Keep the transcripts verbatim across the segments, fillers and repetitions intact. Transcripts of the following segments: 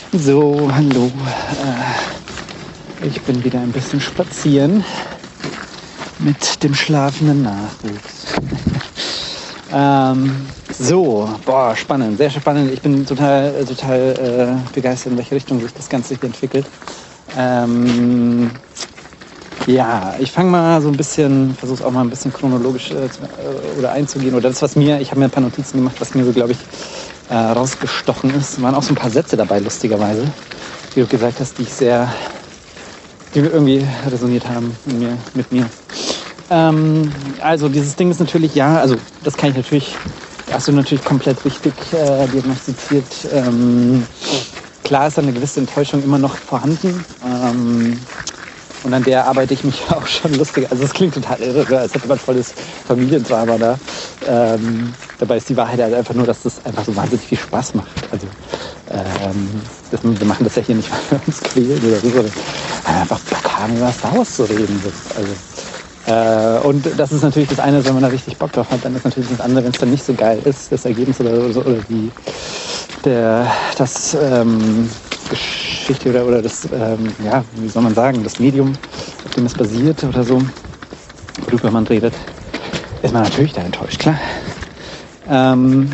So, hallo. Äh, ich bin wieder ein bisschen spazieren mit dem schlafenden Nachwuchs. ähm, so, boah, spannend, sehr spannend. Ich bin total, total äh, begeistert, in welche Richtung sich das Ganze hier entwickelt. Ähm, ja, ich fange mal so ein bisschen, versuche es auch mal ein bisschen chronologisch äh, zu, äh, oder einzugehen. Oder das, was mir, ich habe mir ein paar Notizen gemacht, was mir so, glaube ich, äh, rausgestochen ist. Waren auch so ein paar Sätze dabei, lustigerweise, die du gesagt hast, die ich sehr, die irgendwie resoniert haben mit mir. Mit mir. Ähm, also dieses Ding ist natürlich, ja, also das kann ich natürlich, hast du natürlich komplett richtig äh, diagnostiziert. Ähm, klar ist da eine gewisse Enttäuschung immer noch vorhanden. Ähm, Und an der arbeite ich mich auch schon lustig. Also es klingt total irre, als hätte man volles Familiendrama da. Ähm, dabei ist die Wahrheit halt einfach nur, dass das einfach so wahnsinnig viel Spaß macht. Also ähm, das, wir machen das ja hier nicht, weil wir uns quälen oder so, sondern weil wir einfach Bock haben, über Star Wars zu reden. Also, äh, und das ist natürlich das eine, wenn man da richtig Bock drauf hat, dann ist natürlich das andere, wenn es dann nicht so geil ist, das Ergebnis oder, oder, oder die, der, das ähm, Geschichte oder, oder das, ähm, ja, wie soll man sagen, das Medium, auf dem es basiert oder so, worüber man redet, ist man natürlich da enttäuscht, klar. Ähm,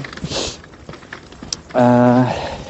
äh,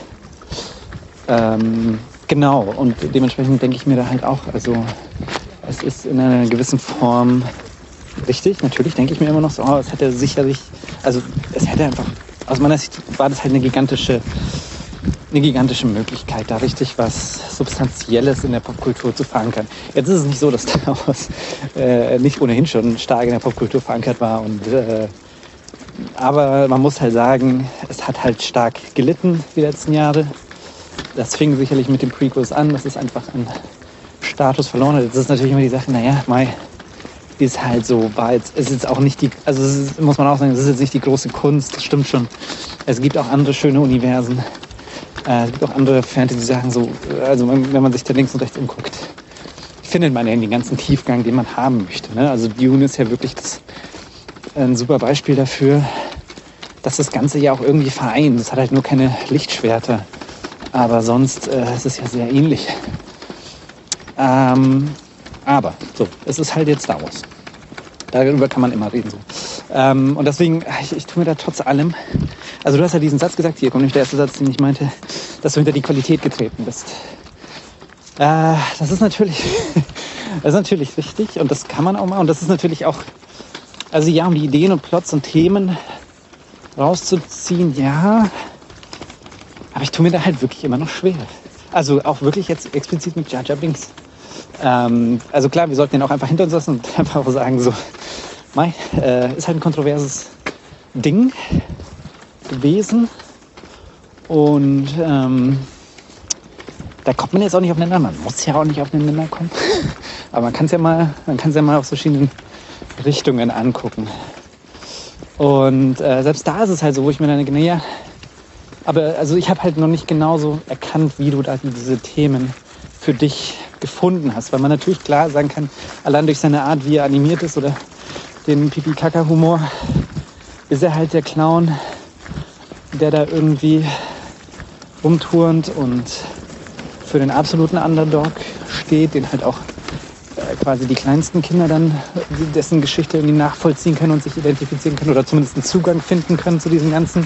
ähm, genau, und dementsprechend denke ich mir da halt auch, also es ist in einer gewissen Form richtig, natürlich denke ich mir immer noch so, oh, es hätte sicherlich, also es hätte einfach, aus meiner Sicht war das halt eine gigantische eine gigantische Möglichkeit, da richtig was Substanzielles in der Popkultur zu verankern. Jetzt ist es nicht so, dass Star Wars äh, nicht ohnehin schon stark in der Popkultur verankert war. Und, äh, aber man muss halt sagen, es hat halt stark gelitten die letzten Jahre. Das fing sicherlich mit den Prequels an, dass es einfach an Status verloren hat. Jetzt ist natürlich immer die Sache, naja, Mai ist halt so, war jetzt, ist jetzt auch nicht die, also es ist, muss man auch sagen, es ist jetzt nicht die große Kunst, das stimmt schon. Es gibt auch andere schöne Universen. Äh, es gibt auch andere Fantasy-Sachen, so, also wenn man sich da links und rechts umguckt, findet man ja den ganzen Tiefgang, den man haben möchte. Ne? Also Dune ist ja wirklich das, ein super Beispiel dafür, dass das Ganze ja auch irgendwie vereint. Es hat halt nur keine Lichtschwerter, aber sonst äh, ist es ja sehr ähnlich. Ähm, aber so, es ist halt jetzt Star Wars. Darüber kann man immer reden. So. Ähm, und deswegen, ich, ich tue mir da trotz allem, also du hast ja diesen Satz gesagt, hier kommt nämlich der erste Satz, den ich meinte, dass du hinter die Qualität getreten bist. Äh, das ist natürlich, das ist natürlich richtig und das kann man auch mal. Und das ist natürlich auch, also ja, um die Ideen und Plots und Themen rauszuziehen, ja, aber ich tue mir da halt wirklich immer noch schwer. Also auch wirklich jetzt explizit mit Jar Jar Binks. Ähm, also klar, wir sollten den auch einfach hinter uns lassen und einfach sagen so, mei, äh, ist halt ein kontroverses Ding gewesen und ähm, da kommt man jetzt auch nicht auf den Nenner. Man muss ja auch nicht auf den Nenner kommen, aber man kann es ja mal, man kann es ja mal aus verschiedenen Richtungen angucken. Und äh, selbst da ist es halt so, wo ich mir dann denke, naja, aber also ich habe halt noch nicht genauso erkannt, wie du da diese Themen für dich gefunden hast, weil man natürlich klar sagen kann, allein durch seine Art, wie er animiert ist oder den Pipi-Kaka-Humor, ist er halt der Clown, der da irgendwie rumturnt und für den absoluten Underdog steht, den halt auch äh, quasi die kleinsten Kinder dann, dessen Geschichte irgendwie nachvollziehen können und sich identifizieren können oder zumindest einen Zugang finden können zu diesem Ganzen.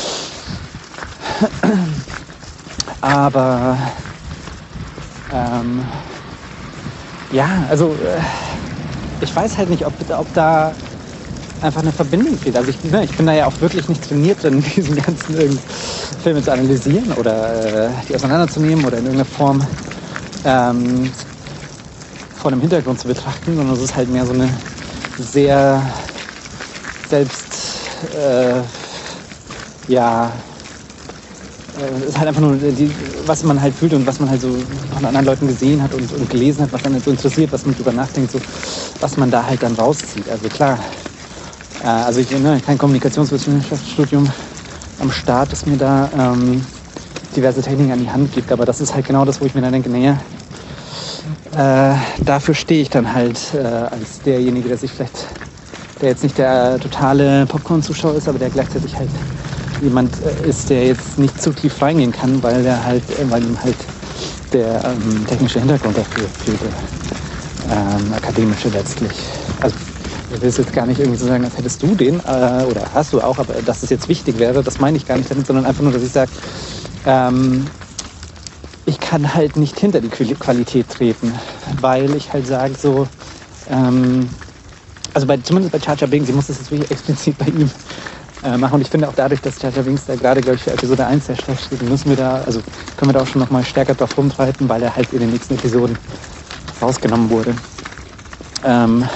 Aber ähm, ja, also äh, ich weiß halt nicht, ob, ob da einfach eine Verbindung fehlt. Also ich, ne, ich bin da ja auch wirklich nicht trainiert drin, diesen ganzen Filme zu analysieren oder äh, die auseinanderzunehmen oder in irgendeiner Form ähm, vor einem Hintergrund zu betrachten, sondern es ist halt mehr so eine sehr selbst äh, ja es ist halt einfach nur, die, was man halt fühlt und was man halt so von anderen Leuten gesehen hat und, und gelesen hat, was einen so interessiert, was man drüber nachdenkt, so, was man da halt dann rauszieht. Also klar, äh, also ich ne, kein Kommunikationswissenschaftsstudium am Start, das mir da ähm, diverse Techniken an die Hand gibt, aber das ist halt genau das, wo ich mir dann denke, naja, äh, dafür stehe ich dann halt äh, als derjenige, der sich vielleicht, der jetzt nicht der totale Popcorn-Zuschauer ist, aber der gleichzeitig halt jemand ist, der jetzt nicht zu tief reingehen kann, weil der halt, weil ihm halt der ähm, technische Hintergrund dafür fehlte. Ähm, akademische letztlich. Also ich will jetzt gar nicht irgendwie so sagen, als hättest du den, äh, oder hast du auch, aber dass es jetzt wichtig wäre, das meine ich gar nicht damit, sondern einfach nur, dass ich sage, ähm, ich kann halt nicht hinter die Qualität treten, weil ich halt sage so, ähm, also bei, zumindest bei Jar Jar Binks, ich muss das jetzt wirklich explizit bei ihm äh, machen und ich finde auch dadurch, dass Jar Jar Binks da gerade, glaube ich, für Episode eins sehr schlecht steht, müssen wir da, also können wir da auch schon nochmal stärker drauf rumtreiten, weil er halt in den nächsten Episoden rausgenommen wurde. Ähm,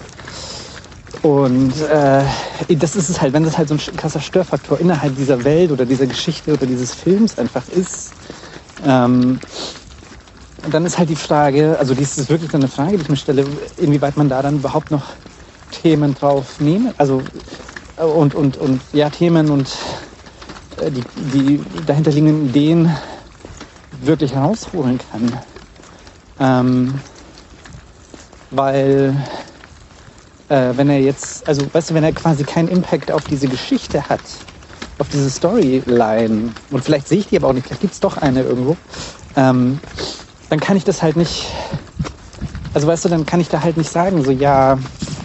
und äh, das ist es halt, wenn das halt so ein krasser Störfaktor innerhalb dieser Welt oder dieser Geschichte oder dieses Films einfach ist, ähm, dann ist halt die Frage, also dies ist wirklich dann eine Frage, die ich mir stelle, inwieweit man da dann überhaupt noch Themen drauf nehmen, also und, und, und ja, Themen und äh, die, die dahinterliegenden Ideen wirklich herausholen kann. Ähm, weil äh, wenn er jetzt, also weißt du, wenn er quasi keinen Impact auf diese Geschichte hat, auf diese Storyline, und vielleicht sehe ich die aber auch nicht, vielleicht gibt es doch eine irgendwo, ähm, dann kann ich das halt nicht, also weißt du, dann kann ich da halt nicht sagen, so ja,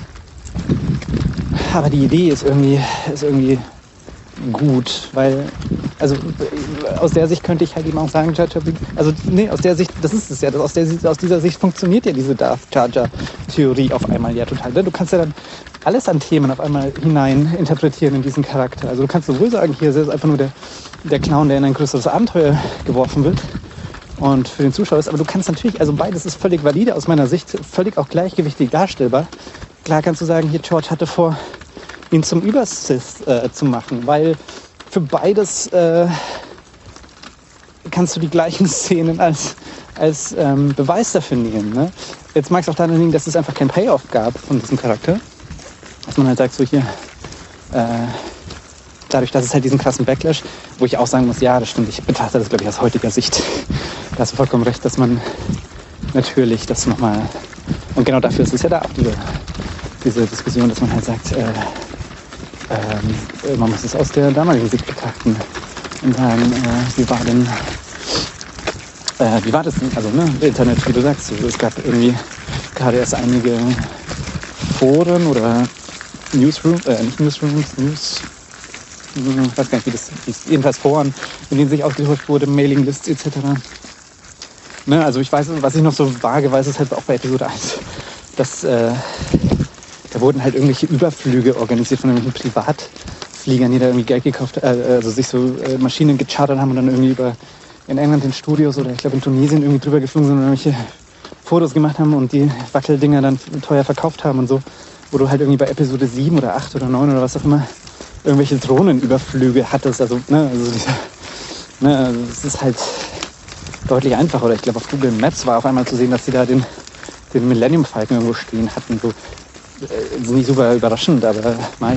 aber die Idee ist irgendwie, ist irgendwie gut, weil, also aus der Sicht könnte ich halt eben auch sagen, Jar Jar Binks, also nee, aus der Sicht, das ist es ja, aus, der, aus dieser Sicht funktioniert ja diese Darth Jar Jar Theorie auf einmal ja total. Du kannst ja dann alles an Themen auf einmal hinein interpretieren in diesen Charakter. Also du kannst sowohl sagen, hier ist es einfach nur der, der Clown, der in ein größeres Abenteuer geworfen wird und für den Zuschauer ist, aber du kannst natürlich, also beides ist völlig valide aus meiner Sicht, völlig auch gleichgewichtig darstellbar. Klar kannst du sagen, hier George hatte vor, ihn zum Übersith äh, zu machen, weil für beides äh, kannst du die gleichen Szenen als, als ähm, Beweis dafür nehmen. Ne? Jetzt mag es auch daran liegen, dass es einfach kein Payoff gab von diesem Charakter. Dass man halt sagt, so hier, äh, dadurch, dass es halt diesen krassen Backlash, wo ich auch sagen muss, ja, das stimmt, ich betrachte das, glaube ich, aus heutiger Sicht. Da hast du vollkommen recht, dass man natürlich das nochmal, und genau dafür ist es ja da auch diese, diese Diskussion, dass man halt sagt, äh, Ähm, man muss es aus der damaligen Sicht betrachten und sagen, äh, wie war denn, äh, wie war das denn, also ne, Internet, wie du sagst, es gab irgendwie gerade erst einige Foren oder Newsrooms, äh, nicht Newsrooms, News, ich weiß gar nicht, wie das hieß, jedenfalls Foren, in denen sich ausgetauscht wurde, Mailinglists et cetera. Ne, also ich weiß, was ich noch so vage weiß, ist halt auch bei Episode eins, dass äh, da wurden halt irgendwelche Überflüge organisiert von irgendwelchen Privatfliegern, die da irgendwie Geld gekauft, äh, also sich so äh, Maschinen gechartert haben und dann irgendwie über in England in Studios oder ich glaube in Tunesien irgendwie drüber geflogen sind und irgendwelche Fotos gemacht haben und die Wackeldinger dann teuer verkauft haben und so, wo du halt irgendwie bei Episode sieben oder acht oder neun oder was auch immer irgendwelche Drohnenüberflüge hattest, also ne, also dieser, ne, also es ist halt deutlich einfacher. Oder ich glaube auf Google Maps war auf einmal zu sehen, dass sie da den, den Millennium Falcon irgendwo stehen hatten, so. Ist nicht super überraschend, aber mei.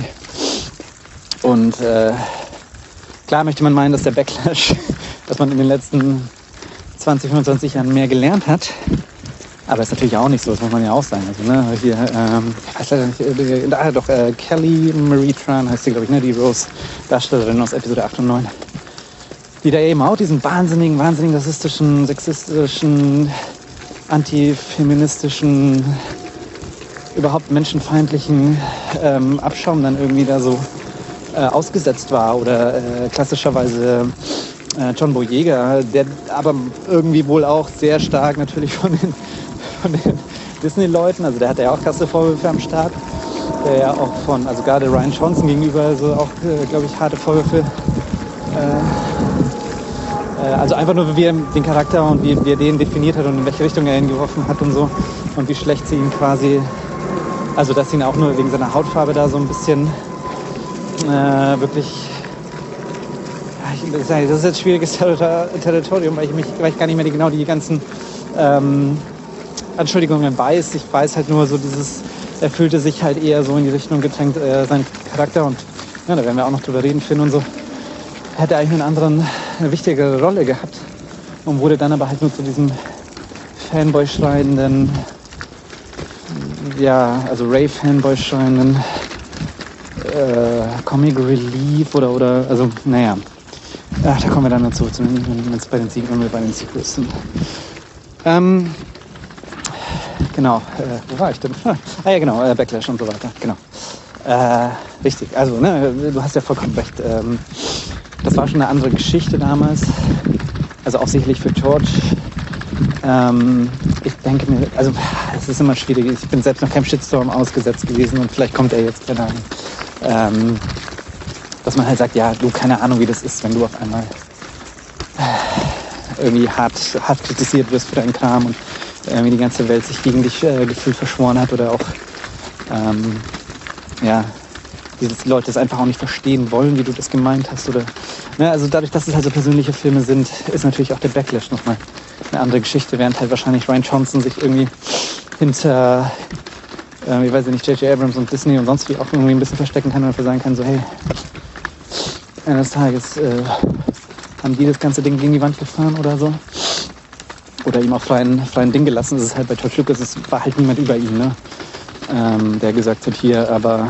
Und äh, klar möchte man meinen, dass der Backlash, dass man in den letzten zwanzig, fünfundzwanzig Jahren mehr gelernt hat. Aber ist natürlich auch nicht so, das muss man ja auch sagen. Also, ne, hier, ähm, ich weiß leider nicht, äh, ah, doch, äh, Kelly Marie Tran heißt sie, glaube ich, ne, die Rose-Darstellerin aus Episode acht und neun. Die da eben auch diesen wahnsinnigen, wahnsinnig rassistischen, sexistischen, antifeministischen, überhaupt menschenfeindlichen ähm, Abschaum dann irgendwie da so äh, ausgesetzt war. Oder äh, klassischerweise äh, John Boyega, der aber irgendwie wohl auch sehr stark natürlich von den, von den Disney-Leuten, also der hat ja auch krasse Vorwürfe am Start, der ja auch von, also gerade Ryan Johnson gegenüber so auch, äh, glaube ich, harte Vorwürfe, äh, äh, also einfach nur, wie er den Charakter und wie, wie er den definiert hat und in welche Richtung er ihn geworfen hat und so und wie schlecht sie ihn quasi, also dass ihn auch nur wegen seiner Hautfarbe da so ein bisschen äh, wirklich, ja, ich, das ist jetzt schwieriges Territorium, weil ich, mich, weil ich gar nicht mehr die, genau die ganzen ähm, Anschuldigungen weiß. Ich weiß halt nur so dieses, er fühlte sich halt eher so in die Richtung gedrängt, äh, sein Charakter und ja, da werden wir auch noch drüber reden, Finn und so, hätte eigentlich einen anderen, eine wichtigere Rolle gehabt und wurde dann aber halt nur zu diesem Fanboy-schreienden, ja, also Ray-Fanboy-schreienden äh, Comic Relief oder, oder also naja, ach, da kommen wir dann dazu, wenn wir bei den, wenn wir bei den Sequels sind. Ähm, genau, äh, wo war ich denn? ah ja genau, äh, Backlash und so weiter, genau. Äh, richtig, also ne, du hast ja vollkommen recht. Ähm, das war schon eine andere Geschichte damals, also auch sicherlich für George. Ähm, ich denke mir, also es ist immer schwierig, ich bin selbst noch keinem Shitstorm ausgesetzt gewesen und vielleicht kommt er jetzt, keine Ahnung. Ähm, dass man halt sagt, ja, du, keine Ahnung, wie das ist, wenn du auf einmal irgendwie hart, hart kritisiert wirst für deinen Kram und irgendwie die ganze Welt sich gegen dich äh, gefühlt verschworen hat oder auch, ähm, ja, die Leute es einfach auch nicht verstehen wollen, wie du das gemeint hast. Oder, ne, also dadurch, dass es halt so persönliche Filme sind, ist natürlich auch der Backlash nochmal eine andere Geschichte, während halt wahrscheinlich Rian Johnson sich irgendwie hinter, äh, ich weiß nicht, J J Abrams und Disney und sonst wie auch irgendwie ein bisschen verstecken kann und dafür sagen kann, so hey, eines Tages äh, haben die das ganze Ding gegen die Wand gefahren oder so. Oder ihm auch freien, freien Ding gelassen. Es ist halt bei George Lucas, es war halt niemand über ihn, ne? ähm, der gesagt hat, hier, aber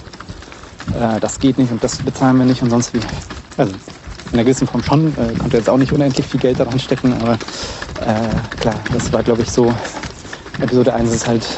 äh, das geht nicht und das bezahlen wir nicht und sonst wie. Also in einer gewissen Form schon, äh, konnte jetzt auch nicht unendlich viel Geld daran stecken, aber äh, klar, das war glaube ich so, Episode eins ist halt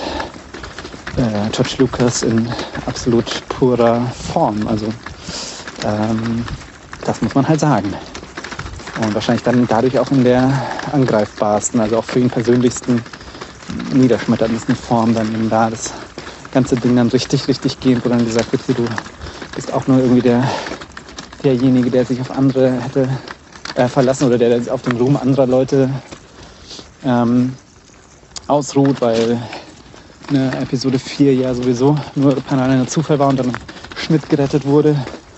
äh, George Lucas in absolut purer Form, also ähm, das muss man halt sagen. Und wahrscheinlich dann dadurch auch in der angreifbarsten, also auch für ihn persönlichsten, niederschmetterndsten Form dann eben da das ganze Ding dann richtig, richtig gehend, wo dann gesagt wird, du bist auch nur irgendwie der, derjenige, der sich auf andere hätte äh, verlassen oder der auf den Ruhm anderer Leute ähm, ausruht, weil eine Episode vier ja sowieso nur ein Zufall war und dann im Schnitt gerettet wurde.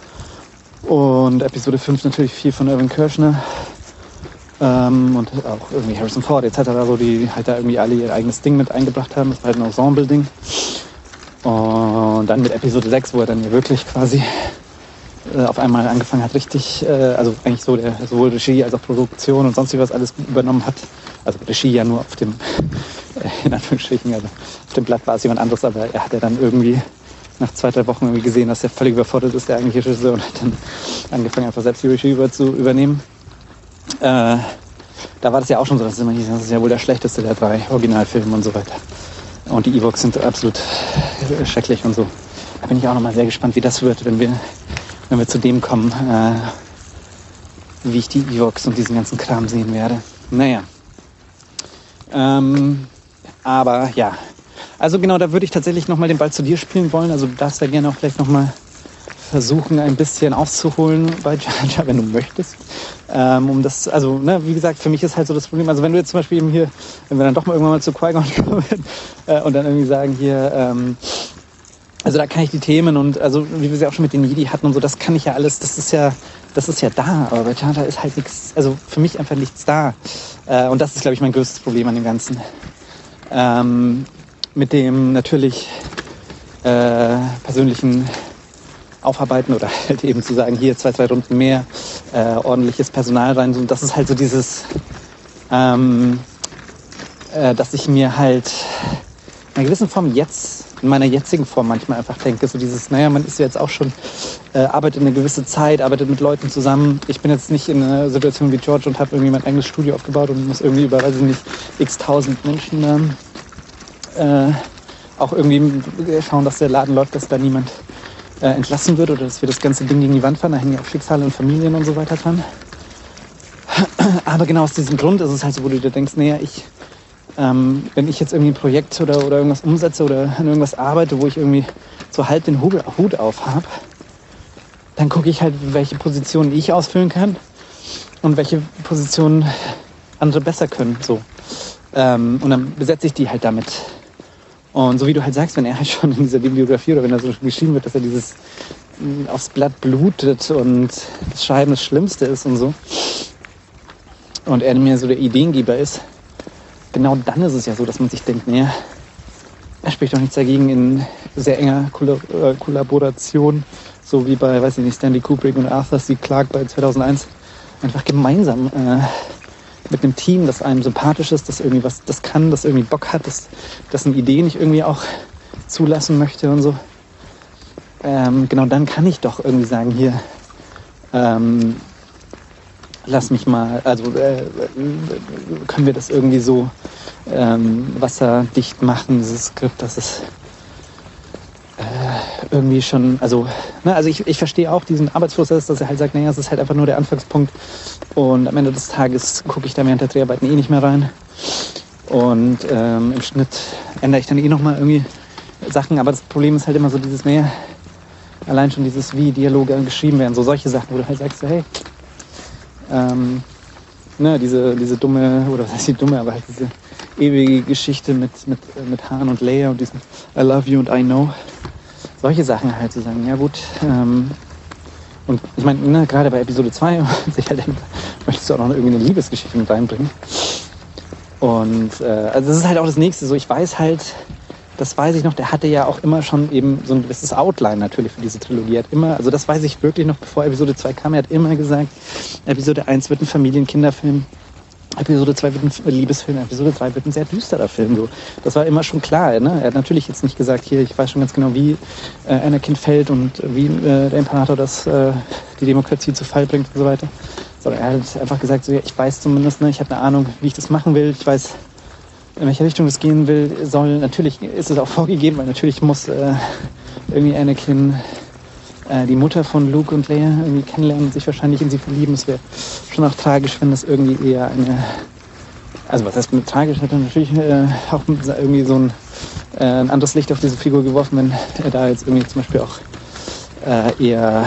Und Episode fünf natürlich viel von Irvin Kershner ähm, und auch irgendwie Harrison Ford et cetera, so, die halt da irgendwie alle ihr eigenes Ding mit eingebracht haben. Das war halt ein Ensemble-Ding. Und dann mit Episode sechs, wo er dann ja wirklich quasi äh, auf einmal angefangen hat, richtig, äh, also eigentlich so der sowohl Regie als auch Produktion und sonst was alles übernommen hat. Also Regie ja nur auf dem, äh, in Anführungsstrichen, also auf dem Blatt war es jemand anderes, aber er hat ja dann irgendwie nach zwei, drei Wochen irgendwie gesehen, dass er völlig überfordert ist, der eigentliche Regisseur, und hat dann angefangen, einfach selbst die Regie über zu übernehmen. Äh, da war das ja auch schon so, dass es immer hieß, das ist ja wohl der schlechteste der drei Originalfilme und so weiter. Und die Ewoks sind absolut schrecklich und so. Da bin ich auch nochmal sehr gespannt, wie das wird, wenn wir, wenn wir zu dem kommen, äh, wie ich die Ewoks und diesen ganzen Kram sehen werde. Naja. Ähm, aber ja. Also genau, da würde ich tatsächlich nochmal den Ball zu dir spielen wollen. Also du darfst ja gerne auch gleich nochmal versuchen, ein bisschen aufzuholen bei Jar Jar, wenn du möchtest. Ähm, um das, also ne, wie gesagt, für mich ist halt so das Problem, also wenn du jetzt zum Beispiel eben hier, wenn wir dann doch mal irgendwann mal zu Qui-Gon kommen äh, und dann irgendwie sagen hier, ähm, also da kann ich die Themen und also wie wir sie auch schon mit den Jedi hatten und so, das kann ich ja alles, das ist ja, das ist ja da, aber bei Jar Jar ist halt nichts, also für mich einfach nichts da. Äh, und das ist, glaube ich, mein größtes Problem an dem Ganzen. Ähm, mit dem natürlich äh, persönlichen Aufarbeiten oder halt eben zu sagen, hier zwei, zwei Runden mehr, äh, ordentliches Personal rein. Und das ist halt so dieses, ähm, äh, dass ich mir halt in einer gewissen Form jetzt, in meiner jetzigen Form manchmal einfach denke, so dieses, naja, man ist ja jetzt auch schon, äh, arbeitet eine gewisse Zeit, arbeitet mit Leuten zusammen. Ich bin jetzt nicht in einer Situation wie George und habe irgendwie mein eigenes Studio aufgebaut und muss irgendwie über, weiß ich nicht, x tausend Menschen ähm, Äh, auch irgendwie schauen, dass der Laden läuft, dass da niemand äh, entlassen wird oder dass wir das ganze Ding gegen die Wand fahren. Da hängen ja auch Schicksale und Familien und so weiter dran. Aber genau aus diesem Grund ist es halt so, wo du dir denkst, naja, ich, ähm, wenn ich jetzt irgendwie ein Projekt oder, oder irgendwas umsetze oder an irgendwas arbeite, wo ich irgendwie so halb den Hut, Hut auf habe, dann gucke ich halt, welche Positionen ich ausfüllen kann und welche Positionen andere besser können. So. Ähm, und dann besetze ich die halt damit. Und so wie du halt sagst, wenn er halt schon in dieser Bibliografie oder wenn da so geschrieben wird, dass er dieses mh, aufs Blatt blutet und das Schreiben das Schlimmste ist und so, und er mir so der Ideengeber ist, genau dann ist es ja so, dass man sich denkt, naja, er spricht doch nichts dagegen, in sehr enger Kollaboration, so wie bei, weiß ich nicht, Stanley Kubrick und Arthur C. Clarke bei zweitausendeins, einfach gemeinsam äh, mit einem Team, das einem sympathisch ist, das irgendwie was, das kann, das irgendwie Bock hat, das, das eine Idee nicht irgendwie auch zulassen möchte und so. ähm, genau dann kann ich doch irgendwie sagen, hier, ähm, lass mich mal, also äh, können wir das irgendwie so ähm, wasserdicht machen, dieses Skript, dass es äh, irgendwie schon, also, ne, also ich, ich verstehe auch diesen Arbeitsprozess, dass er halt sagt, naja, es ist halt einfach nur der Anfangspunkt und am Ende des Tages gucke ich da während der Dreharbeiten eh nicht mehr rein und ähm, im Schnitt ändere ich dann eh nochmal irgendwie Sachen, aber das Problem ist halt immer so dieses, naja, allein schon dieses, wie Dialoge geschrieben werden, so solche Sachen, wo du halt sagst, hey, ähm, ne, diese, diese dumme, oder was heißt die dumme, aber halt diese ewige Geschichte mit, mit, mit Han und Leia und diesem I love you and I know. Solche Sachen halt zu sagen, ja gut. Ähm, und ich meine, ne, gerade bei Episode zwei sicher möchtest du auch noch irgendwie eine Liebesgeschichte mit reinbringen. Und äh, also das ist halt auch das Nächste. So, ich weiß halt, das weiß ich noch, der hatte ja auch immer schon eben so ein gewisses Outline natürlich für diese Trilogie. Er hat immer, also das weiß ich wirklich noch, bevor Episode zwei kam, er hat immer gesagt, Episode eins wird ein Familien-Kinderfilm, Episode zwei wird ein Liebesfilm, Episode drei wird ein sehr düsterer Film. So. Das war immer schon klar. Ne? Er hat natürlich jetzt nicht gesagt, hier, ich weiß schon ganz genau, wie äh, Anakin fällt und wie äh, der Imperator das, äh, die Demokratie zu Fall bringt und so weiter. Sondern er hat einfach gesagt, so, ja, ich weiß zumindest, ne, ich habe eine Ahnung, wie ich das machen will, ich weiß, in welche Richtung es gehen will, soll. Natürlich ist es auch vorgegeben, weil natürlich muss äh, irgendwie Anakin äh, die Mutter von Luke und Leia irgendwie kennenlernen und sich wahrscheinlich in sie verlieben. Es wäre schon auch tragisch, wenn das irgendwie eher eine, also was heißt mit tragisch, hat er natürlich äh, auch irgendwie so ein, äh, ein anderes Licht auf diese Figur geworfen, wenn er da jetzt irgendwie zum Beispiel auch äh, eher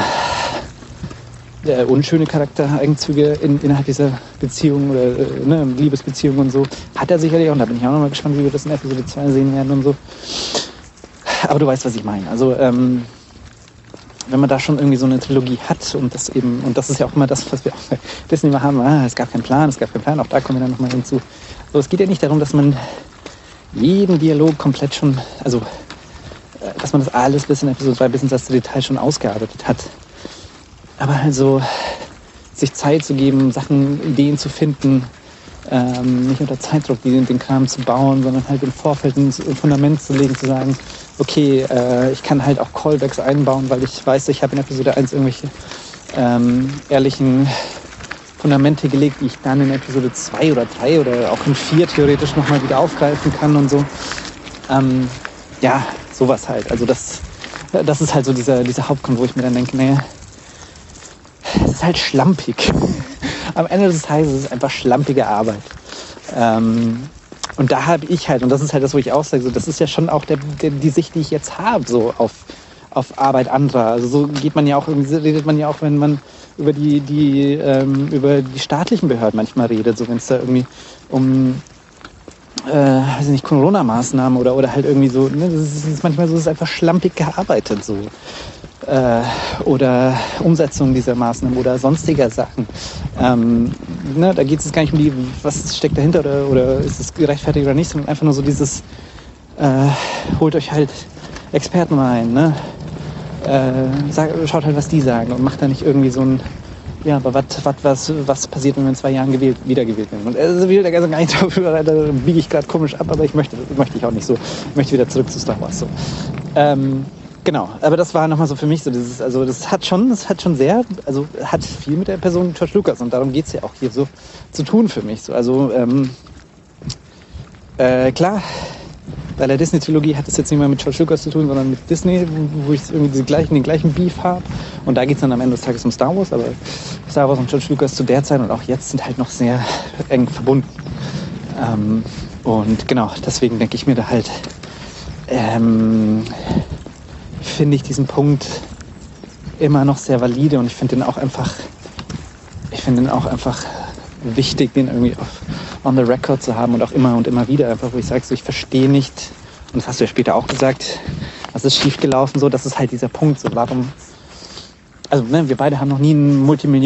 äh, unschöne Charaktereigenzüge in, innerhalb dieser Beziehung oder äh, ne, Liebesbeziehung und so, hat er sicherlich auch. Und da bin ich auch noch mal gespannt, wie wir das in Episode zwei sehen werden und so. Aber du weißt, was ich meine. Also ähm, wenn man da schon irgendwie so eine Trilogie hat und das eben, und das ist ja auch immer das, was wir auch bei Disney immer haben, ah, es gab keinen Plan, es gab keinen Plan, auch da kommen wir dann nochmal hinzu. So, es geht ja nicht darum, dass man jeden Dialog komplett schon, also dass man das alles bis in Episode drei bis ins letzte Detail schon ausgearbeitet hat. Aber also sich Zeit zu geben, Sachen, Ideen zu finden, ähm, nicht unter Zeitdruck den, den Kram zu bauen, sondern halt im Vorfeld ein Fundament zu legen, zu sagen, okay, äh, ich kann halt auch Callbacks einbauen, weil ich weiß, ich habe in Episode eins irgendwelche ähm, ehrlichen Fundamente gelegt, die ich dann in Episode zwei oder drei oder auch in vier theoretisch nochmal wieder aufgreifen kann und so. Ähm, ja, sowas halt. Also das, das ist halt so dieser, dieser Hauptgrund, wo ich mir dann denke, naja, es ist halt schlampig. Am Ende des Tages ist es einfach schlampige Arbeit. Ähm, und da habe ich halt, und das ist halt das, wo ich auch sage, so, das ist ja schon auch der, der, die Sicht, die ich jetzt habe, so auf, auf Arbeit anderer. Also so geht man ja auch, redet man ja auch, wenn man über die, die, ähm, über die staatlichen Behörden manchmal redet, so wenn es da irgendwie um äh, weiß ich nicht, Corona-Maßnahmen oder, oder halt irgendwie so, ne, das ist, das ist manchmal so, es ist einfach schlampig gearbeitet so. Äh, oder Umsetzung dieser Maßnahmen oder sonstiger Sachen. Ähm, ne, da geht es gar nicht um die, was steckt dahinter oder, oder ist es gerechtfertigt oder nicht, sondern einfach nur so dieses, äh, holt euch halt Experten rein, ne? Äh, sag, schaut halt, was die sagen und macht da nicht irgendwie so ein, ja, aber wat, wat, was, was passiert, wenn wir in zwei Jahren gewählt, wiedergewählt werden? Und also will da gar nicht drauf, da biege ich gerade komisch ab, aber ich möchte, möchte ich auch nicht so. Ich möchte wieder zurück zu Star Wars. So. Ähm, genau, aber das war nochmal so für mich so dieses, also das hat schon, das hat schon sehr, also hat viel mit der Person George Lucas und darum geht es ja auch hier so zu tun für mich. So. Also ähm, äh, klar, bei der Disney-Trilogie hat es jetzt nicht mehr mit George Lucas zu tun, sondern mit Disney, wo ich irgendwie diese gleichen, den gleichen Beef habe. Und da geht es dann am Ende des Tages um Star Wars, aber Star Wars und George Lucas zu der Zeit und auch jetzt sind halt noch sehr eng verbunden. Ähm, und genau, deswegen denke ich mir da halt, ähm, finde ich diesen Punkt immer noch sehr valide und ich finde den auch einfach, ich finde den auch einfach wichtig, den irgendwie auf on the record zu haben und auch immer und immer wieder einfach, wo ich sage, so, ich verstehe nicht, und das hast du ja später auch gesagt, was ist schiefgelaufen, so, das ist halt dieser Punkt, so, warum, also, ne, wir beide haben noch nie einen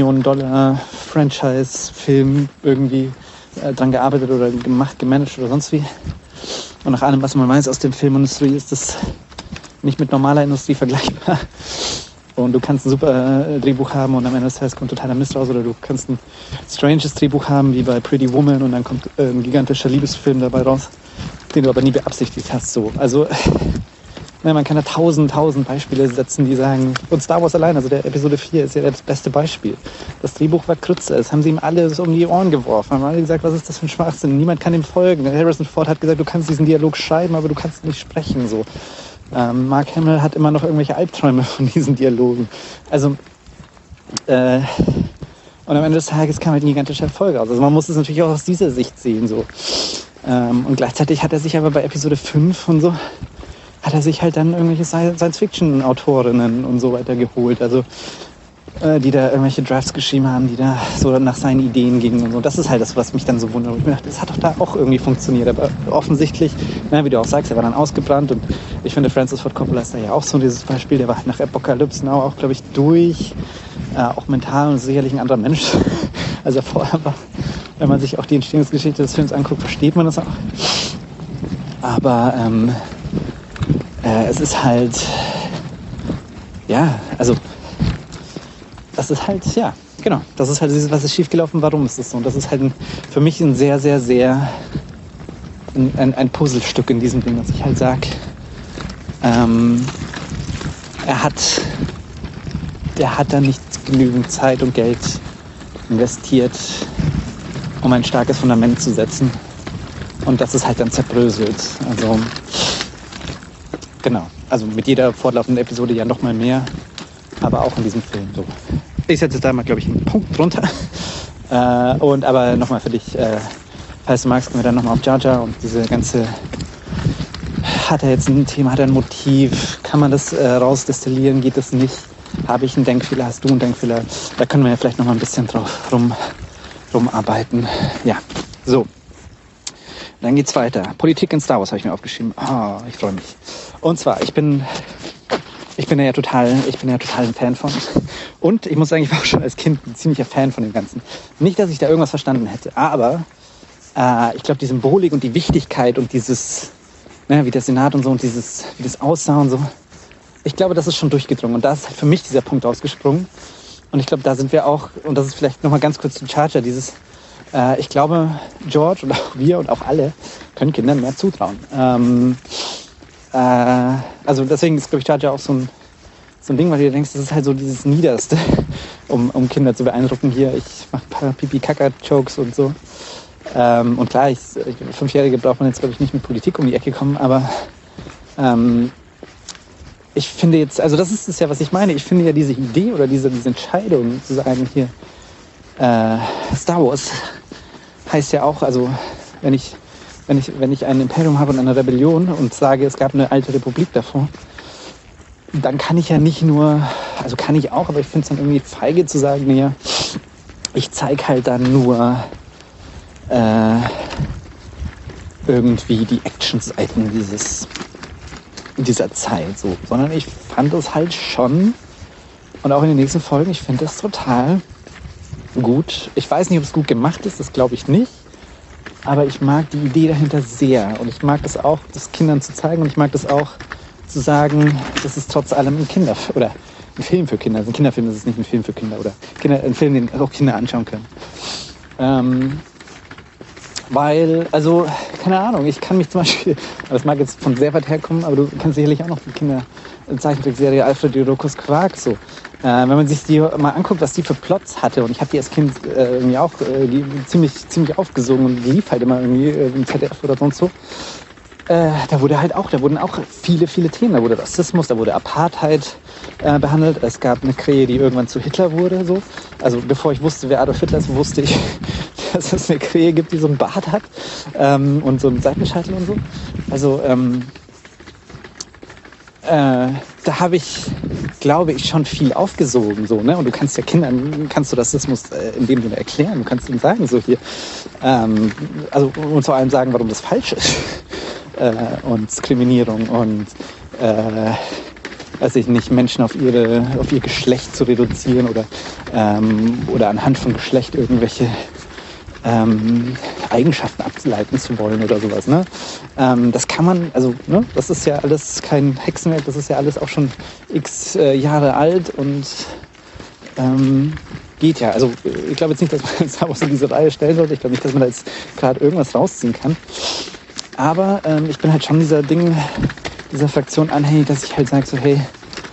Multimillionen-Dollar-Franchise-Film irgendwie äh, dran gearbeitet oder gemacht, gemanagt oder sonst wie. Und nach allem, was man weiß aus der Filmindustrie, ist das nicht mit normaler Industrie vergleichbar. Und du kannst ein super äh, Drehbuch haben und am Ende des Tages kommt totaler Mist raus. Oder du kannst ein stranges Drehbuch haben, wie bei Pretty Woman, und dann kommt äh, ein gigantischer Liebesfilm dabei raus, den du aber nie beabsichtigt hast. So. Also Ne, man kann da tausend, tausend Beispiele setzen, die sagen, und Star Wars allein, also der Episode vier ist ja das beste Beispiel. Das Drehbuch war Krütze, es haben sie ihm alle so um die Ohren geworfen, haben alle gesagt, was ist das für ein Schwachsinn, niemand kann ihm folgen. Harrison Ford hat gesagt, du kannst diesen Dialog schreiben, aber du kannst nicht sprechen, so. Ähm, Mark Hamill hat immer noch irgendwelche Albträume von diesen Dialogen. Also, äh, und am Ende des Tages kam halt ein gigantischer Erfolg raus. Also man muss es natürlich auch aus dieser Sicht sehen, so. Ähm, und gleichzeitig hat er sich aber bei Episode fünf und so, hat er sich halt dann irgendwelche Science-Fiction-Autorinnen und so weiter geholt, also äh, die da irgendwelche Drafts geschrieben haben, die da so nach seinen Ideen gingen und so. Das ist halt das, was mich dann so wundert. Und ich mir dachte, das hat doch da auch irgendwie funktioniert, aber offensichtlich, na, wie du auch sagst, er war dann ausgebrannt und ich finde, Francis Ford Coppola ist da ja auch so dieses Beispiel, der war halt nach Apocalypse Now auch, glaube ich, durch, äh, auch mental und sicherlich ein anderer Mensch, als er vorher war. Wenn man sich auch die Entstehungsgeschichte des Films anguckt, versteht man das auch. Aber ähm, äh, es ist halt, ja, also das ist halt, ja, genau, das ist halt dieses, was ist schiefgelaufen, warum ist das so? Und das ist halt ein, für mich ein sehr, sehr, sehr ein, ein, ein Puzzlestück in diesem Ding, dass ich halt sage, ähm, er hat, der hat da nicht genügend Zeit und Geld investiert, um ein starkes Fundament zu setzen. Und das ist halt dann zerbröselt. Also, genau. Also mit jeder fortlaufenden Episode ja noch mal mehr. Aber auch in diesem Film so. Ich setze da mal, glaube ich, einen Punkt drunter. Äh, und aber nochmal für dich, äh, falls du magst, gehen wir dann nochmal auf Jar Jar und diese ganze, hat er jetzt ein Thema, hat er ein Motiv, kann man das äh, rausdestillieren, geht das nicht? Habe ich einen Denkfehler, hast du einen Denkfehler? Da können wir ja vielleicht nochmal ein bisschen drauf rum, rumarbeiten. Ja, so. Dann geht's weiter. Politik in Star Wars habe ich mir aufgeschrieben. Oh, ich freue mich. Und zwar, ich bin... Ich bin ja total, ich bin ja total ein Fan von. Und ich muss sagen, ich war auch schon als Kind ein ziemlicher Fan von dem Ganzen. Nicht, dass ich da irgendwas verstanden hätte, aber äh, ich glaube, die Symbolik und die Wichtigkeit und dieses, ne, wie der Senat und so und dieses, wie das aussah und so, ich glaube, das ist schon durchgedrungen. Und da ist halt für mich dieser Punkt ausgesprungen. Und ich glaube, da sind wir auch, und das ist vielleicht nochmal ganz kurz zu Jar Jar, dieses, äh, ich glaube, George und auch wir und auch alle können Kindern mehr zutrauen. Ähm, Also deswegen ist, glaube ich, Jar Jar auch so ein, so ein Ding, weil du denkst, das ist halt so dieses Niederste, um, um Kinder zu beeindrucken. Hier, ich mache ein paar Pipi-Kaka-Jokes und so. Ähm, und klar, ich, Fünfjährige braucht man jetzt, glaube ich, nicht mit Politik um die Ecke kommen, aber ähm, ich finde jetzt, also das ist es ja, was ich meine, ich finde ja diese Idee oder diese, diese Entscheidung zu sagen, hier, äh, Star Wars heißt ja auch, also wenn ich Wenn ich, wenn ich ein Imperium habe und eine Rebellion und sage, es gab eine alte Republik davor, dann kann ich ja nicht nur, also kann ich auch, aber ich finde es dann irgendwie feige zu sagen, nee, ich zeige halt dann nur äh, irgendwie die Action-Seiten dieses, dieser Zeit, so. Sondern ich fand es halt schon, und auch in den nächsten Folgen, ich finde das total gut. Ich weiß nicht, ob es gut gemacht ist, das glaube ich nicht. Aber ich mag die Idee dahinter sehr. Und ich mag es auch, das Kindern zu zeigen. Und ich mag das auch zu sagen, das ist trotz allem ein Kinder- oder ein Film für Kinder. Also ein Kinderfilm, das ist nicht ein Film für Kinder. Oder Kinder, ein Film, den auch Kinder anschauen können. Ähm, weil, also, keine Ahnung, ich kann mich zum Beispiel, das mag jetzt von sehr weit herkommen, aber du kennst sicherlich auch noch die Kinder-Zeichentrickserie Alfred Jodokus Quark, so. Äh, wenn man sich die mal anguckt, was die für Plots hatte, und ich habe die als Kind äh, irgendwie auch äh, die, ziemlich, ziemlich aufgesogen und die lief halt immer irgendwie äh, im Z D F oder sonst so. Äh, da wurde halt auch, da wurden auch viele, viele Themen. Da wurde Rassismus, da wurde Apartheid äh, behandelt. Es gab eine Krähe, die irgendwann zu Hitler wurde, so. Also bevor ich wusste, wer Adolf Hitler ist, wusste ich, dass es eine Krähe gibt, die so einen Bart hat ähm, und so einen Seitenscheitel und so. Also ähm, äh, da habe ich, glaube ich, schon viel aufgesogen, so, ne? Und du kannst ja Kindern, kannst du Rassismus äh, in dem Sinne erklären. Du kannst ihnen sagen, so hier, ähm, also und vor allem sagen, warum das falsch ist. äh, und Diskriminierung und äh, weiß ich nicht, Menschen auf ihre, auf ihr Geschlecht zu reduzieren oder ähm, oder anhand von Geschlecht irgendwelche ähm, Eigenschaften ableiten zu wollen oder sowas, ne? Ähm, das kann man, also, ne, das ist ja alles kein Hexenwerk, das ist ja alles auch schon x äh, Jahre alt und ähm, geht ja. Also ich glaube jetzt nicht, dass man jetzt Star Wars in diese Reihe stellen sollte. Ich glaube nicht, dass man da jetzt gerade irgendwas rausziehen kann. Aber ähm, ich bin halt schon dieser Ding, dieser Fraktion anhänge, dass ich halt sage so, hey,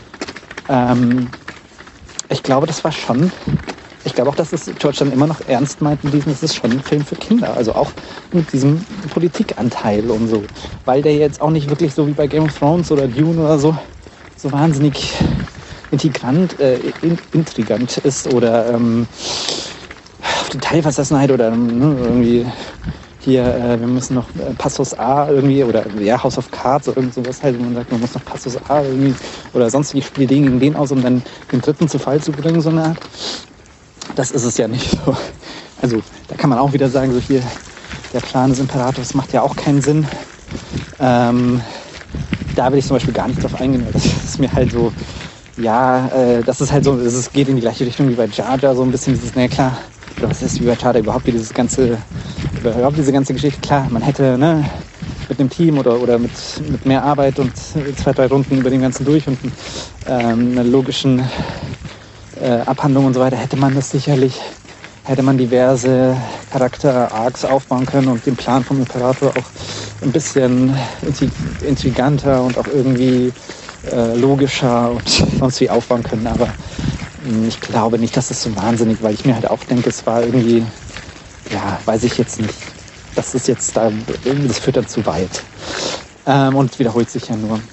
ähm, ich glaube, das war schon, ich glaube auch, dass es George dann immer noch ernst meint in diesem, das ist schon ein Film für Kinder, also auch mit diesem Politikanteil und so, weil der jetzt auch nicht wirklich so wie bei Game of Thrones oder Dune oder so, so wahnsinnig integrant, äh, in, intrigant ist oder ähm, auf Detailversessenheit oder ne, irgendwie hier, äh, wir müssen noch äh, Passus A irgendwie oder ja, House of Cards oder irgend sowas halt, wo man sagt, man muss noch Passus A irgendwie oder sonst wie spiele den gegen den aus, um dann den dritten zu Fall zu bringen, so eine Art. Das ist es ja nicht so. Also da kann man auch wieder sagen, so hier, der Plan des Imperators macht ja auch keinen Sinn. Ähm, da will ich zum Beispiel gar nicht drauf eingehen, weil das ist mir halt so, ja, äh, das ist halt so, es geht in die gleiche Richtung wie bei Jar Jar, so ein bisschen dieses, na klar, oder was ist wie bei Jar Jar überhaupt, wie dieses ganze, überhaupt diese ganze Geschichte, klar, man hätte, ne, mit einem Team oder, oder mit, mit mehr Arbeit und zwei, drei Runden über den ganzen durch und ähm, einer logischen äh, Abhandlung und so weiter, hätte man das sicherlich, hätte man diverse Charakter-Arcs aufbauen können und den Plan vom Imperator auch ein bisschen intriganter und auch irgendwie äh, logischer und sonst wie aufbauen können. Aber mh, ich glaube nicht, dass das so wahnsinnig, weil ich mir halt auch denke, es war irgendwie, ja, weiß ich jetzt nicht. Das ist jetzt da, das führt dann zu weit. Ähm, und wiederholt sich ja nur.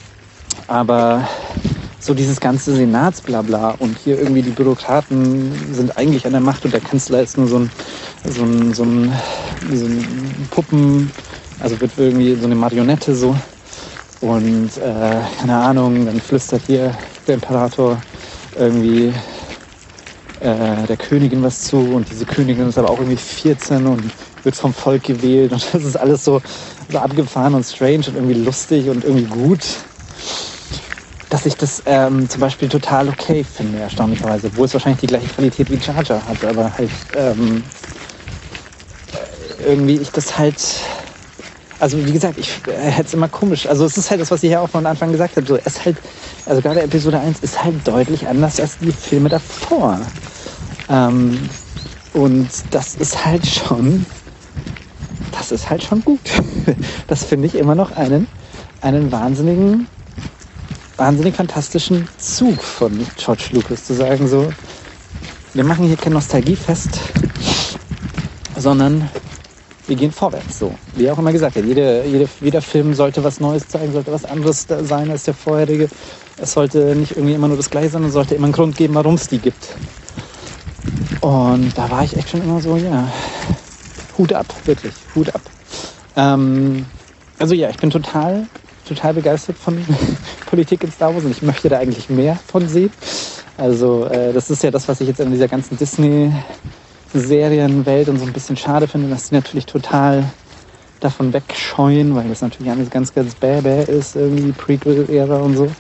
Aber so dieses ganze Senatsblabla und hier irgendwie die Bürokraten sind eigentlich an der Macht und der Kanzler ist nur so ein, so ein, so ein, so ein Puppen, also wird irgendwie so eine Marionette so. Und äh, keine Ahnung, dann flüstert hier der Imperator irgendwie äh, der Königin was zu und diese Königin ist aber auch irgendwie vierzehn und wird vom Volk gewählt und das ist alles so, so abgefahren und strange und irgendwie lustig und irgendwie gut, dass ich das ähm, zum Beispiel total okay finde, erstaunlicherweise, obwohl es wahrscheinlich die gleiche Qualität wie Jar Jar hat, aber halt ähm, irgendwie ich das halt, also wie gesagt, ich äh, hätte es immer komisch, also es ist halt das, was ich ja auch von Anfang gesagt habe, so, es ist halt, also gerade Episode eins ist halt deutlich anders als die Filme davor. Ähm, und das ist halt schon, das ist halt schon gut. Das finde ich immer noch einen, einen wahnsinnigen, wahnsinnig fantastischen Zug von George Lucas, zu sagen so, wir machen hier kein Nostalgiefest, sondern wir gehen vorwärts, so. Wie er auch immer gesagt hat, jede, jede, jeder Film sollte was Neues zeigen, sollte was anderes sein als der vorherige. Es sollte nicht irgendwie immer nur das Gleiche sein, es sollte immer einen Grund geben, warum es die gibt. Und da war ich echt schon immer so, ja, Hut ab, wirklich, Hut ab. Ähm, also ja, ich bin total, total begeistert von Politik in Star Wars und ich möchte da eigentlich mehr von sehen. Also äh, das ist ja das, was ich jetzt in dieser ganzen Disney-Serienwelt und so ein bisschen schade finde, dass die natürlich total davon wegscheuen, weil das natürlich alles ganz, ganz bäh-bäh ist, irgendwie Prequel-Ära und so.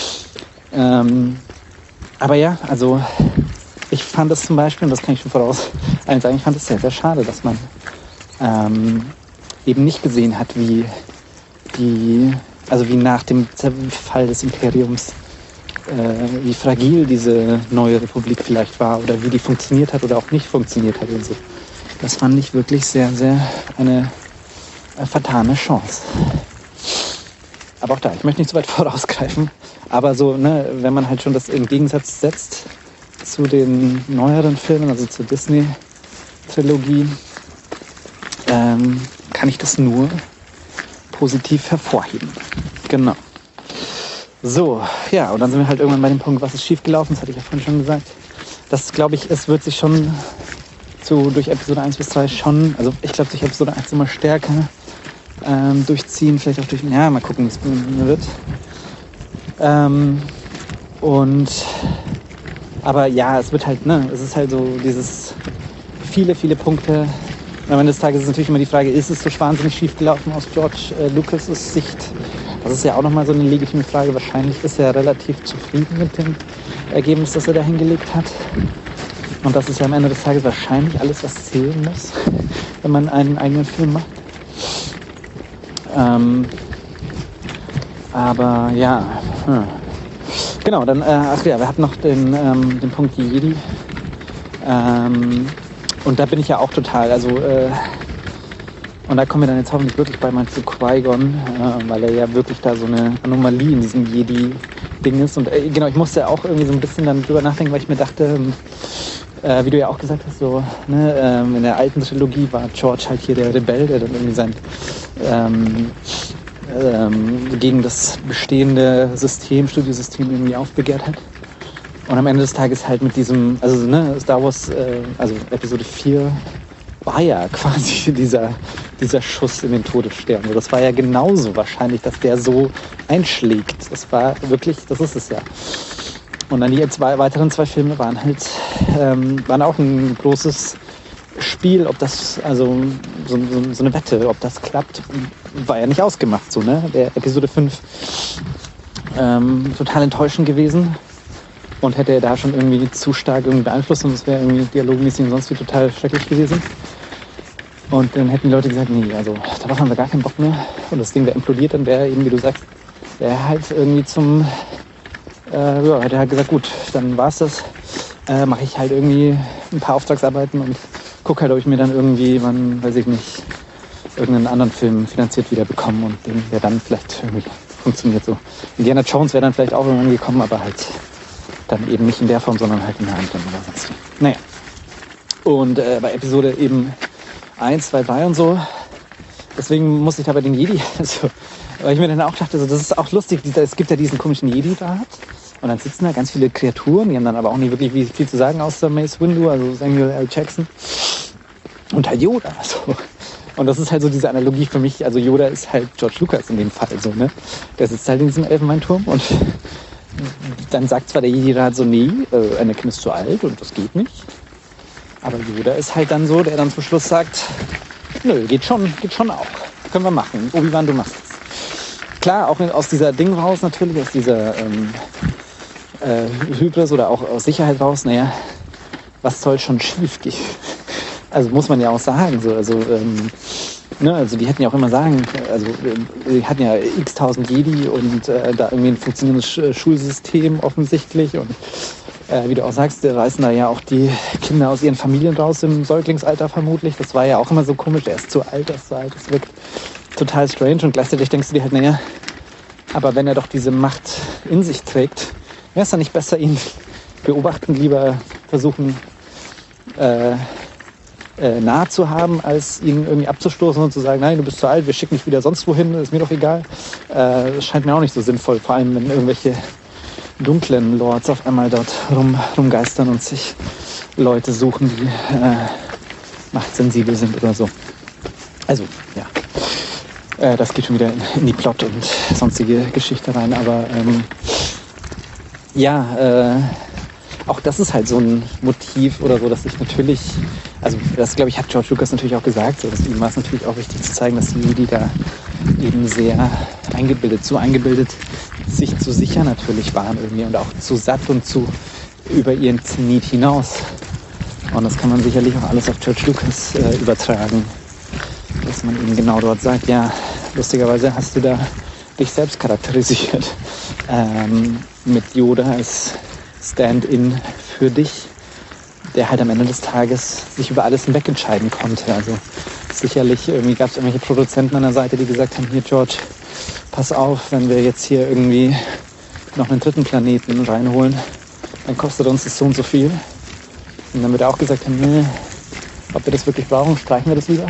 Ähm, aber ja, also ich fand das zum Beispiel, und das kann ich schon voraus allen sagen, ich fand es sehr, sehr schade, dass man ähm, eben nicht gesehen hat, wie die, also wie nach dem Zerfall des Imperiums, äh, wie fragil diese neue Republik vielleicht war oder wie die funktioniert hat oder auch nicht funktioniert hat und so. Das fand ich wirklich sehr, sehr eine äh, vertane Chance. Aber auch da, ich möchte nicht zu weit vorausgreifen, aber so, ne, wenn man halt schon das im Gegensatz setzt zu den neueren Filmen, also zur Disney-Trilogie, ähm, kann ich das nur positiv hervorheben. Genau. So, ja, und dann sind wir halt irgendwann bei dem Punkt, was ist schiefgelaufen, das hatte ich ja vorhin schon gesagt. Das, glaube ich, es wird sich schon so durch Episode eins bis drei schon, also ich glaube durch Episode eins immer stärker ähm, durchziehen, vielleicht auch durch, ja, mal gucken, wie es wird. Ähm, und aber ja, es wird halt, ne, es ist halt so dieses viele, viele Punkte. Am Ende des Tages ist natürlich immer die Frage, ist es so wahnsinnig schief gelaufen aus George äh, Lucas' Sicht? Das ist ja auch nochmal so eine legitime Frage. Wahrscheinlich ist er relativ zufrieden mit dem Ergebnis, das er da hingelegt hat. Und das ist ja am Ende des Tages wahrscheinlich alles, was zählen muss, wenn man einen eigenen Film macht. Ähm, aber ja, hm. Genau, dann, äh, ach ja, wir hatten noch den, ähm, den Punkt die Jedi. Ähm, und da bin ich ja auch total, also, äh, Und da kommen wir dann jetzt hoffentlich wirklich bei mal zu Qui-Gon, äh, weil er ja wirklich da so eine Anomalie in diesem Jedi-Ding ist. Und äh, genau, ich musste auch irgendwie so ein bisschen dann drüber nachdenken, weil ich mir dachte, äh, wie du ja auch gesagt hast, so ne, ähm, in der alten Trilogie war George halt hier der Rebell, der dann irgendwie sein ähm, ähm, gegen das bestehende System, Studiosystem irgendwie aufbegehrt hat. Und am Ende des Tages halt mit diesem, also ne, Star Wars, äh, also Episode vier war ja quasi dieser, dieser Schuss in den Todesstern. Das war ja genauso wahrscheinlich, dass der so einschlägt. Das war wirklich, das ist es ja. Und dann die zwei weiteren zwei Filme waren halt, ähm, waren auch ein großes Spiel, ob das, also so, so, so eine Wette, ob das klappt, war ja nicht ausgemacht so, ne? Der Episode fünf ähm, total enttäuschend gewesen. Und hätte er da schon irgendwie zu stark irgendwie beeinflusst und es wäre irgendwie dialogmäßig und sonst wie total schrecklich gewesen. Und dann hätten die Leute gesagt, nee, also darauf haben wir gar keinen Bock mehr. Und das Ding wäre implodiert, dann wäre eben, wie du sagst, wäre halt irgendwie zum, äh, ja, hätte er halt gesagt, gut, dann war's das. Äh, mache ich halt irgendwie ein paar Auftragsarbeiten und gucke halt, ob ich mir dann irgendwie, man, weiß ich nicht, irgendeinen anderen Film finanziert wieder bekomme und den der dann vielleicht irgendwie funktioniert so. Indiana Jones wäre dann vielleicht auch irgendwann gekommen, aber halt dann eben nicht in der Form, sondern halt in der anderen oder sonst. Naja. Und äh, bei Episode eben eins, zwei, drei und so, deswegen musste ich da bei den Jedi, also, weil ich mir dann auch dachte, also, das ist auch lustig, es gibt ja diesen komischen Jedi-Rat und dann sitzen da ganz viele Kreaturen, die haben dann aber auch nicht wirklich viel zu sagen außer Mace Windu, also Samuel L. Jackson und halt Yoda. So. Und das ist halt so diese Analogie für mich, also Yoda ist halt George Lucas in dem Fall, so, ne? Der sitzt halt in diesem Elfenbeinturm und dann sagt zwar der Jedi-Rat so, nee, äh, Anakin ist zu alt und das geht nicht. Aber Yoda ist halt dann so, der dann zum Schluss sagt, nö, geht schon, geht schon auch. Können wir machen. Obi-Wan, du machst es. Klar, auch aus dieser Ding raus natürlich, aus dieser ähm, äh, Hybris oder auch aus Sicherheit raus, naja, was soll schon schief gehen? Also muss man ja auch sagen, so, also, ähm, ne, also die hätten ja auch immer sagen, also die hatten ja x-tausend Jedi und äh, da irgendwie ein funktionierendes Schulsystem offensichtlich und äh, wie du auch sagst, der reißen da ja auch die Kinder aus ihren Familien raus im Säuglingsalter vermutlich. Das war ja auch immer so komisch, der ist zu alt, der ist zu alt, das wirkt total strange und gleichzeitig denkst du dir halt, naja, aber wenn er doch diese Macht in sich trägt, wäre es dann nicht besser, ihn beobachten, lieber versuchen, äh, äh, nahe zu haben, als ihn irgendwie abzustoßen und zu sagen, nein, du bist zu alt, wir schicken dich wieder sonst wohin, ist mir doch egal. Äh, das scheint mir auch nicht so sinnvoll, vor allem wenn irgendwelche dunklen Lords auf einmal dort rum, rumgeistern und sich Leute suchen, die äh, machtsensibel sind oder so. Also, ja. Äh, das geht schon wieder in, in die Plot und sonstige Geschichte rein, aber ähm, ja, äh, auch das ist halt so ein Motiv oder so, dass ich natürlich, also das glaube ich hat George Lucas natürlich auch gesagt, so, dass ihm war es natürlich auch wichtig zu zeigen, dass die Jedi da eben sehr eingebildet, zu eingebildet, sich zu sicher natürlich waren irgendwie und auch zu satt und zu über ihren Zenit hinaus. Und das kann man sicherlich auch alles auf George Lucas äh, übertragen, dass man eben genau dort sagt, ja, lustigerweise hast du da dich selbst charakterisiert ähm, mit Yoda als Stand-in für dich, der halt am Ende des Tages sich über alles hinweg entscheiden konnte. Also sicherlich irgendwie gab es irgendwelche Produzenten an der Seite, die gesagt haben, hier George, pass auf, wenn wir jetzt hier irgendwie noch einen dritten Planeten reinholen, dann kostet uns das so und so viel. Und dann wird er auch gesagt haben, nee, ob wir das wirklich brauchen, streichen wir das lieber.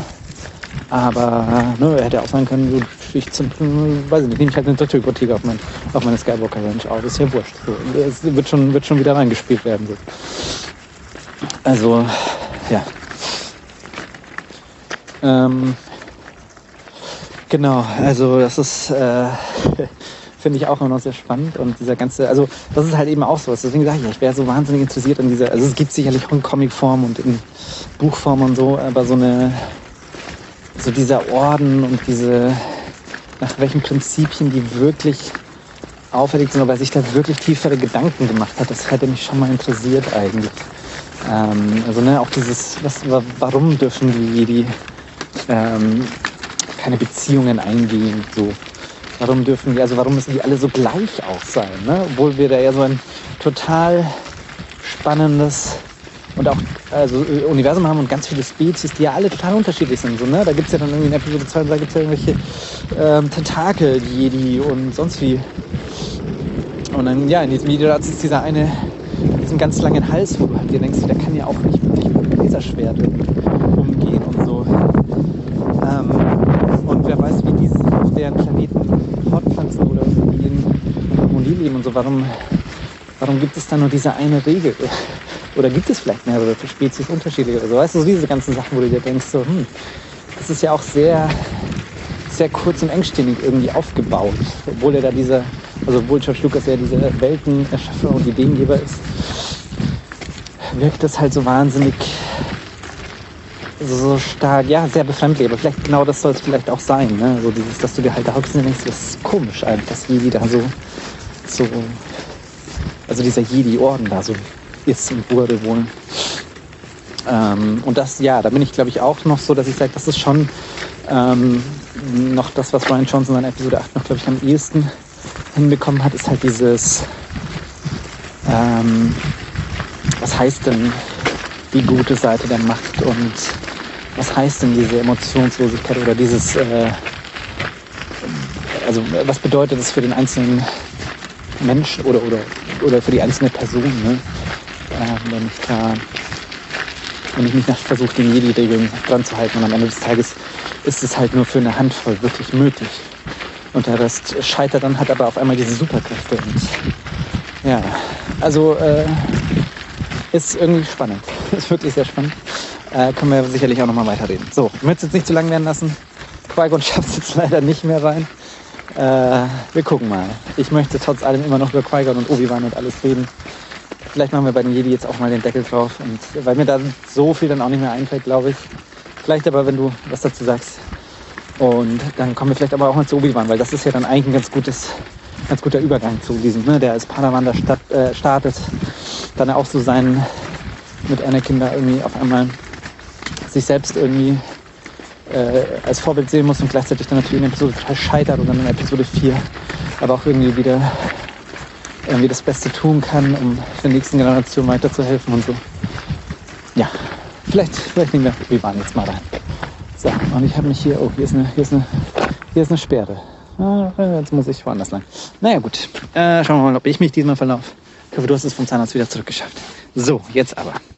Aber ne, er hätte auch sagen können, so, ich zum, weiß ich nicht, nehme ich halt eine dritte Hypothek auf, mein, auf meine Skywalker Ranch auf. Das ist ja wurscht. So. Es wird schon, wird schon wieder reingespielt werden. So. Also, ja. Ähm, genau, also das ist, äh, finde ich auch immer noch sehr spannend. Und dieser ganze, also das ist halt eben auch so. Deswegen sage ich, ich wäre so wahnsinnig interessiert an dieser, also es gibt sicherlich auch in Comicform und in Buchform und so, aber so eine, so dieser Orden und diese, nach welchen Prinzipien die wirklich auferlegt sind, oder wer sich da wirklich tiefere Gedanken gemacht hat, das hätte mich schon mal interessiert eigentlich. Ähm, also ne, auch dieses, was, warum dürfen die Jedi ähm, keine Beziehungen eingehen, so. Warum dürfen die, also warum müssen die alle so gleich auch sein, ne? Obwohl wir da ja so ein total spannendes und auch also äh, Universum haben und ganz viele Spezies, die ja alle total unterschiedlich sind. So, ne? Da gibt es ja dann irgendwie in Episode zwei und drei gibt's ja irgendwelche ähm, Tentakel, Jedi und sonst wie. Und dann, ja, in diesem Video ist dieser eine mit diesem ganz langen Hals, wo du halt dir denkst, der kann ja auch nicht wirklich mit einem Laserschwert umgehen und so. Ähm, und wer weiß, wie die sich auf deren Planeten fortpflanzen oder wie in Harmonie leben und so. Warum, warum gibt es da nur diese eine Regel? Oder gibt es vielleicht mehrere Spezies unterschiedliche oder so? Weißt du, so diese ganzen Sachen, wo du dir denkst, so, hm, das ist ja auch sehr, sehr kurz und engstirnig irgendwie aufgebaut. Obwohl er da dieser, also obwohl George Lucas ja dieser Weltenerschaffer und Ideengeber ist, wirkt das halt so wahnsinnig, so stark, ja, sehr befremdlich. Aber vielleicht genau das soll es vielleicht auch sein, ne? So dieses, dass du dir halt da hockst und denkst, das ist komisch eigentlich, dass Jedi da so, so, also dieser Jedi-Orden da so ist und wurde wohl. Ähm, und das, ja, da bin ich glaube ich auch noch so, dass ich sage, das ist schon ähm, noch das, was Rian Johnson in Episode acht noch, glaube ich, am ehesten hinbekommen hat, ist halt dieses, ähm, was heißt denn die gute Seite der Macht und was heißt denn diese Emotionslosigkeit oder dieses, äh, also was bedeutet das für den einzelnen Menschen oder, oder, oder für die einzelne Person, ne? äh, wenn ich da, wenn ich mich nach versuche, den Jedi-Regeln dran zu halten und am Ende des Tages ist es halt nur für eine Handvoll wirklich möglich. Und der Rest scheitert dann, hat aber auf einmal diese Superkräfte. Und ja, also äh, ist irgendwie spannend. Ist wirklich sehr spannend. Äh, können wir sicherlich auch nochmal weiterreden. So, ich möchte es jetzt nicht zu lang werden lassen. Qui-Gon schafft es jetzt leider nicht mehr rein. Äh, wir gucken mal. Ich möchte trotz allem immer noch über Qui-Gon und Obi-Wan und alles reden. Vielleicht machen wir bei den Jedi jetzt auch mal den Deckel drauf. Und weil mir da so viel dann auch nicht mehr einfällt, glaube ich. Vielleicht aber, wenn du was dazu sagst. Und dann kommen wir vielleicht aber auch mal zu Obi-Wan, weil das ist ja dann eigentlich ein ganz gutes, ganz guter Übergang zu diesem, ne, der als Padawan da statt, äh, startet, dann auch so sein, mit Anakin da irgendwie auf einmal sich selbst irgendwie äh, als Vorbild sehen muss und gleichzeitig dann natürlich in Episode drei scheitert und dann in Episode vier aber auch irgendwie wieder irgendwie das Beste tun kann, um der nächsten Generation weiterzuhelfen und so. Ja, vielleicht, vielleicht nehmen wir Obi-Wan jetzt mal rein. So, und ich habe mich hier, oh, hier ist eine, hier ist eine, hier ist eine Sperre. Ah, jetzt muss ich woanders lang. Naja, gut. Äh, schauen wir mal, ob ich mich diesmal verlaufe. Ich hoffe, du hast es vom Zahnarzt wieder zurückgeschafft. So, jetzt aber.